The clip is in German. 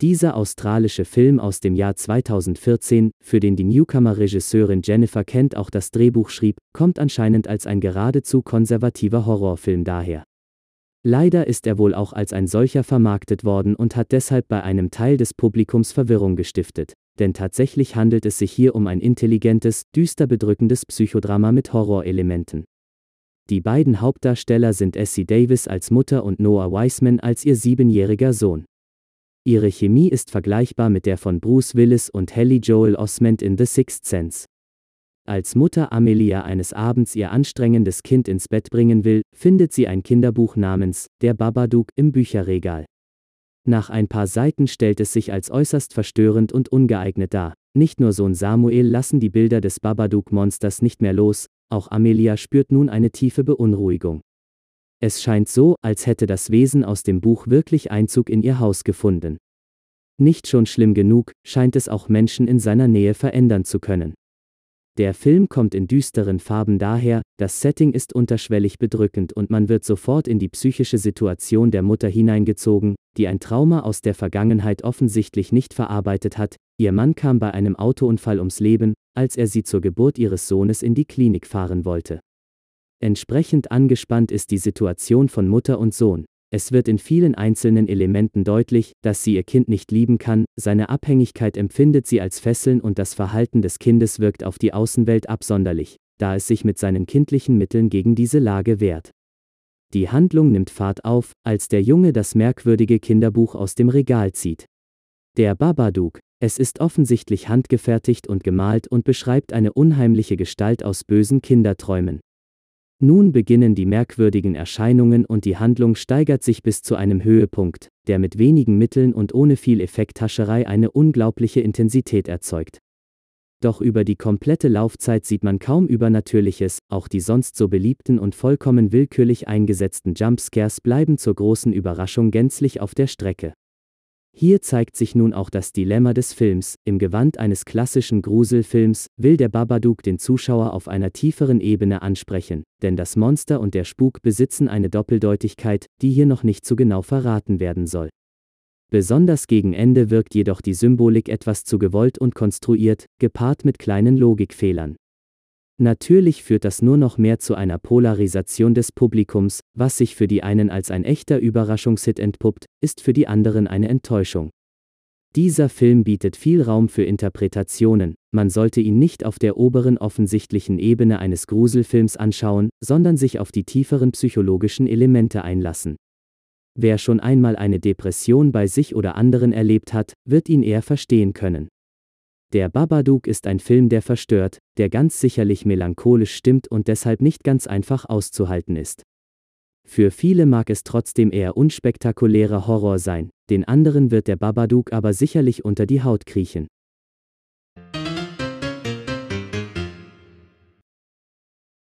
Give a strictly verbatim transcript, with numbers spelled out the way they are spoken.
Dieser australische Film aus dem Jahr zweitausendvierzehn, für den die Newcomer-Regisseurin Jennifer Kent auch das Drehbuch schrieb, kommt anscheinend als ein geradezu konservativer Horrorfilm daher. Leider ist er wohl auch als ein solcher vermarktet worden und hat deshalb bei einem Teil des Publikums Verwirrung gestiftet, denn tatsächlich handelt es sich hier um ein intelligentes, düster bedrückendes Psychodrama mit Horrorelementen. Die beiden Hauptdarsteller sind Essie Davis als Mutter und Noah Wiseman als ihr siebenjähriger Sohn. Ihre Chemie ist vergleichbar mit der von Bruce Willis und Haley Joel Osment in The Sixth Sense. Als Mutter Amelia eines Abends ihr anstrengendes Kind ins Bett bringen will, findet sie ein Kinderbuch namens Der Babadook im Bücherregal. Nach ein paar Seiten stellt es sich als äußerst verstörend und ungeeignet dar. Nicht nur Sohn Samuel lassen die Bilder des Babadook-Monsters nicht mehr los, auch Amelia spürt nun eine tiefe Beunruhigung. Es scheint so, als hätte das Wesen aus dem Buch wirklich Einzug in ihr Haus gefunden. Nicht schon schlimm genug, scheint es auch Menschen in seiner Nähe verändern zu können. Der Film kommt in düsteren Farben daher, das Setting ist unterschwellig bedrückend und man wird sofort in die psychische Situation der Mutter hineingezogen, die ein Trauma aus der Vergangenheit offensichtlich nicht verarbeitet hat. Ihr Mann kam bei einem Autounfall ums Leben, als er sie zur Geburt ihres Sohnes in die Klinik fahren wollte. Entsprechend angespannt ist die Situation von Mutter und Sohn. Es wird in vielen einzelnen Elementen deutlich, dass sie ihr Kind nicht lieben kann, seine Abhängigkeit empfindet sie als Fesseln und das Verhalten des Kindes wirkt auf die Außenwelt absonderlich, da es sich mit seinen kindlichen Mitteln gegen diese Lage wehrt. Die Handlung nimmt Fahrt auf, als der Junge das merkwürdige Kinderbuch aus dem Regal zieht. Der Babadook. Es ist offensichtlich handgefertigt und gemalt und beschreibt eine unheimliche Gestalt aus bösen Kinderträumen. Nun beginnen die merkwürdigen Erscheinungen und die Handlung steigert sich bis zu einem Höhepunkt, der mit wenigen Mitteln und ohne viel Effekthascherei eine unglaubliche Intensität erzeugt. Doch über die komplette Laufzeit sieht man kaum Übernatürliches, auch die sonst so beliebten und vollkommen willkürlich eingesetzten Jumpscares bleiben zur großen Überraschung gänzlich auf der Strecke. Hier zeigt sich nun auch das Dilemma des Films. Im Gewand eines klassischen Gruselfilms will der Babadook den Zuschauer auf einer tieferen Ebene ansprechen, denn das Monster und der Spuk besitzen eine Doppeldeutigkeit, die hier noch nicht so genau verraten werden soll. Besonders gegen Ende wirkt jedoch die Symbolik etwas zu gewollt und konstruiert, gepaart mit kleinen Logikfehlern. Natürlich führt das nur noch mehr zu einer Polarisation des Publikums, was sich für die einen als ein echter Überraschungshit entpuppt, ist für die anderen eine Enttäuschung. Dieser Film bietet viel Raum für Interpretationen, man sollte ihn nicht auf der oberen offensichtlichen Ebene eines Gruselfilms anschauen, sondern sich auf die tieferen psychologischen Elemente einlassen. Wer schon einmal eine Depression bei sich oder anderen erlebt hat, wird ihn eher verstehen können. Der Babadook ist ein Film, der verstört, der ganz sicherlich melancholisch stimmt und deshalb nicht ganz einfach auszuhalten ist. Für viele mag es trotzdem eher unspektakulärer Horror sein, den anderen wird der Babadook aber sicherlich unter die Haut kriechen.